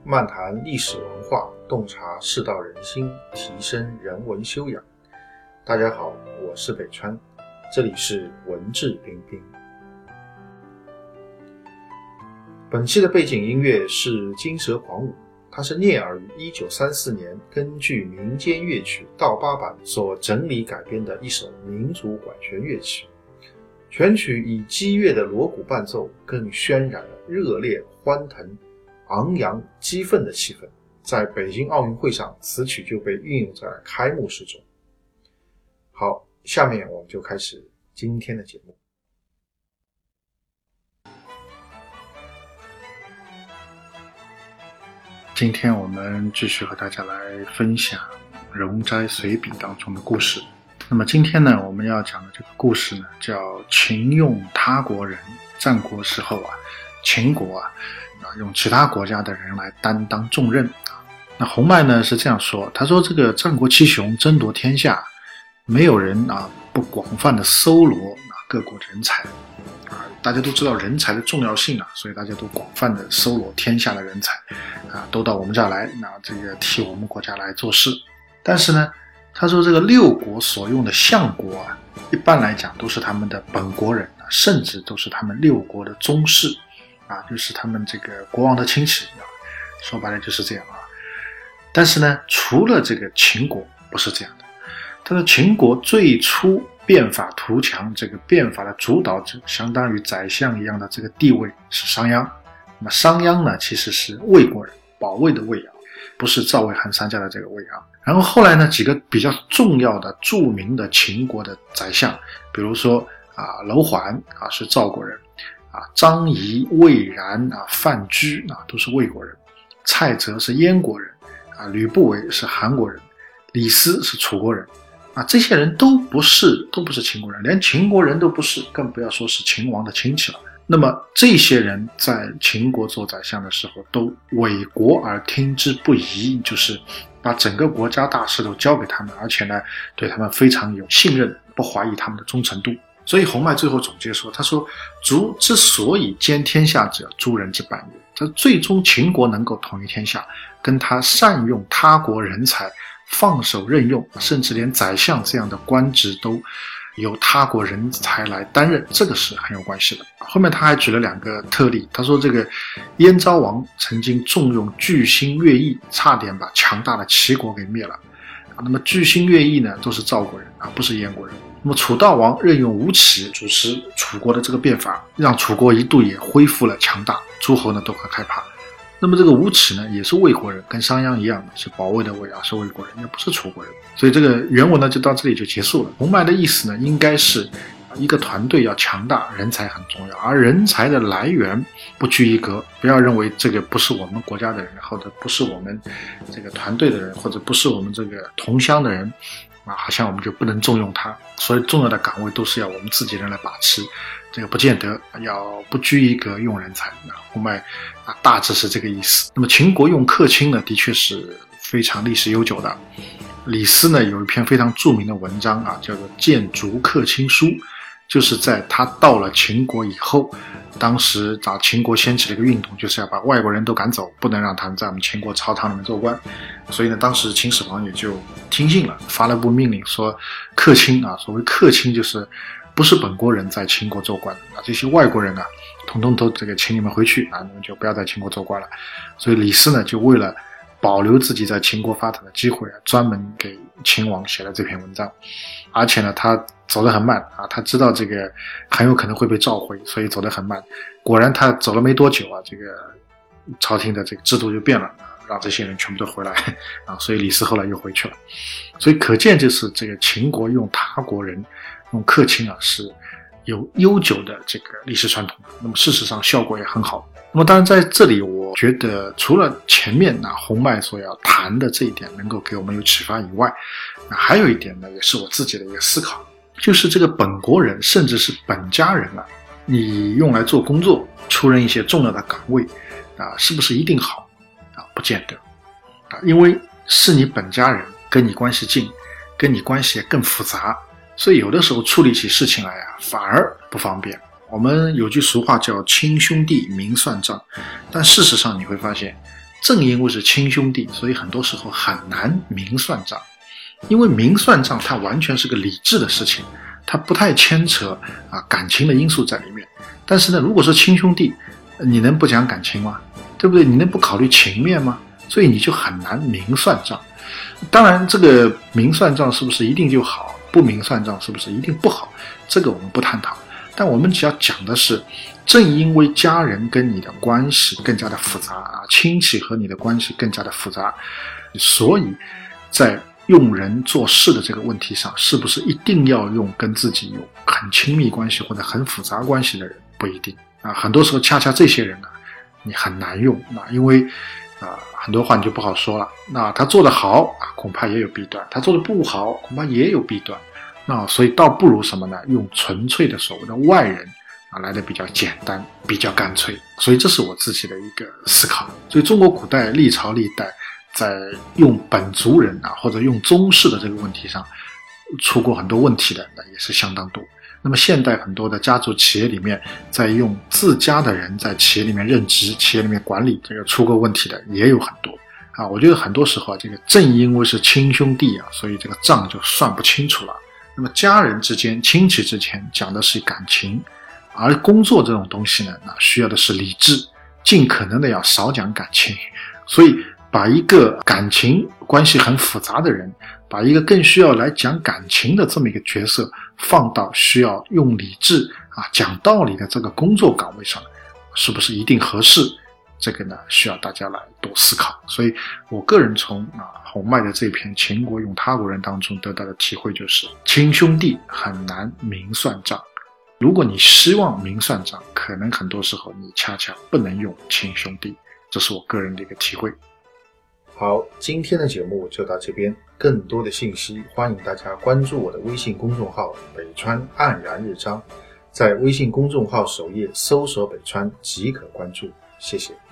漫谈历史文化，洞察世道人心，提升人文修养。大家好，我是北川，这里是文质彬彬。本期的背景音乐是《金蛇狂舞》，它是聂耳于1934年根据民间乐曲道八版所整理改编的一首民族管弦乐曲。全曲以激越的锣鼓伴奏，更渲染了热烈、欢腾、昂扬、激愤的气氛。在北京奥运会上，此曲就被运用在了开幕式中。好，下面我们就开始今天的节目。 今天我们继续和大家来分享《容斋随笔》当中的故事。那么今天呢，我们要讲的这个故事呢，叫秦用他国人。战国时候啊，秦国用其他国家的人来担当重任啊。那洪迈呢是这样说，他说这个战国七雄争夺天下，没有人不广泛的搜罗各国人才大家都知道人才的重要性所以大家都广泛的搜罗天下的人才都到我们这儿来，这个替我们国家来做事。但是呢，他说这个六国所用的相国一般来讲都是他们的本国人甚至都是他们六国的宗室就是他们这个国王的亲戚说白了就是这样但是呢，除了这个秦国不是这样的。他说秦国最初变法图强，这个变法的主导者相当于宰相一样的这个地位是商鞅。那么商鞅呢，其实是魏国人，保卫的魏不是赵魏韩三家的这个魏然后后来呢，几个比较重要的著名的秦国的宰相，比如说楼缓是赵国人张仪、魏然范雎都是魏国人，蔡泽是燕国人吕不韦是韩国人，李斯是楚国人这些人都不是秦国人，连秦国人都不是，更不要说是秦王的亲戚了。那么这些人在秦国做宰相的时候都委国而听之不疑，就是把整个国家大事都交给他们，而且呢对他们非常有信任，不怀疑他们的忠诚度。所以洪迈最后总结说，他说卒之所以兼天下者，诸人之半也。这最终秦国能够统一天下，跟他善用他国人才，放手任用，甚至连宰相这样的官职都由他国人才来担任，这个是很有关系的。后面他还举了两个特例，他说这个燕昭王曾经重用巨星乐毅，差点把强大的齐国给灭了那么巨星乐毅呢都是赵国人不是燕国人。那么楚悼王任用吴起主持楚国的这个变法，让楚国一度也恢复了强大，诸侯呢都很害怕。那么这个吴起呢也是魏国人，跟商鞅一样是保卫的魏是魏国人，也不是楚国人。所以这个原文呢就到这里就结束了。洪迈的意思呢应该是一个团队要强大，人才很重要，而人才的来源不拘一格，不要认为这个不是我们国家的人，或者不是我们这个团队的人，或者不是我们这个同乡的人好像我们就不能重用他。所以重要的岗位都是要我们自己人来把持，这个不见得，要不拘一格用人才洪迈大致是这个意思。那么秦国用客卿呢，的确是非常历史悠久的。李斯呢有一篇非常著名的文章叫做《谏逐客卿书》，就是在他到了秦国以后，当时秦国掀起了一个运动，就是要把外国人都赶走，不能让他们在我们秦国朝堂里面做官。所以呢，当时秦始皇也就听信了，发了部命令说，客卿所谓客卿就是不是本国人在秦国做官这些外国人统统都这个请你们回去你们就不要在秦国做官了。所以李斯呢就为了保留自己在秦国发展的机会专门给秦王写了这篇文章。而且呢他走得很慢他知道这个很有可能会被召回，所以走得很慢。果然他走了没多久这个朝廷的这个制度就变了，让这些人全部都回来所以李斯后来又回去了。所以可见就是这个秦国用他国人用客卿是有悠久的这个历史传统，那么事实上效果也很好。那么当然在这里我觉得除了前面洪迈所要谈的这一点能够给我们有启发以外，还有一点呢也是我自己的一个思考，就是这个本国人甚至是本家人你用来做工作，出任一些重要的岗位是不是一定好不见得因为是你本家人，跟你关系近，跟你关系也更复杂，所以有的时候处理起事情来反而不方便。我们有句俗话叫亲兄弟明算账，但事实上你会发现正因为是亲兄弟，所以很多时候很难明算账。因为明算账它完全是个理智的事情，它不太牵扯感情的因素在里面。但是呢，如果是亲兄弟，你能不讲感情吗？对不对？你能不考虑情面吗？所以你就很难明算账。当然这个明算账是不是一定就好，不明算账是不是一定不好，这个我们不探讨。但我们只要讲的是，正因为家人跟你的关系更加的复杂亲戚和你的关系更加的复杂，所以在用人做事的这个问题上，是不是一定要用跟自己有很亲密关系或者很复杂关系的人？不一定很多时候恰恰这些人你很难用因为很多话你就不好说了。那他做得好恐怕也有弊端，他做得不好恐怕也有弊端。所以倒不如什么呢？用纯粹的所谓的外人来的比较简单，比较干脆。所以这是我自己的一个思考。所以中国古代历朝历代在用本族人或者用宗室的这个问题上出过很多问题的也是相当多。那么现代很多的家族企业里面，在用自家的人在企业里面任职，企业里面管理，这个出过问题的也有很多我觉得很多时候这个正因为是亲兄弟所以这个账就算不清楚了。那么家人之间亲戚之间讲的是感情，而工作这种东西呢需要的是理智，尽可能的要少讲感情。所以把一个感情关系很复杂的人，把一个更需要来讲感情的这么一个角色放到需要用理智讲道理的这个工作岗位上，是不是一定合适？这个呢需要大家来多思考。所以我个人从洪迈的这篇《秦国用他国人》当中得到的体会就是，亲兄弟很难明算账。如果你希望明算账，可能很多时候你恰恰不能用亲兄弟，这是我个人的一个体会。 好，今天的节目就到这边，更多的信息欢迎大家关注我的微信公众号北川黯然日章，在微信公众号首页搜索北川即可关注，谢谢。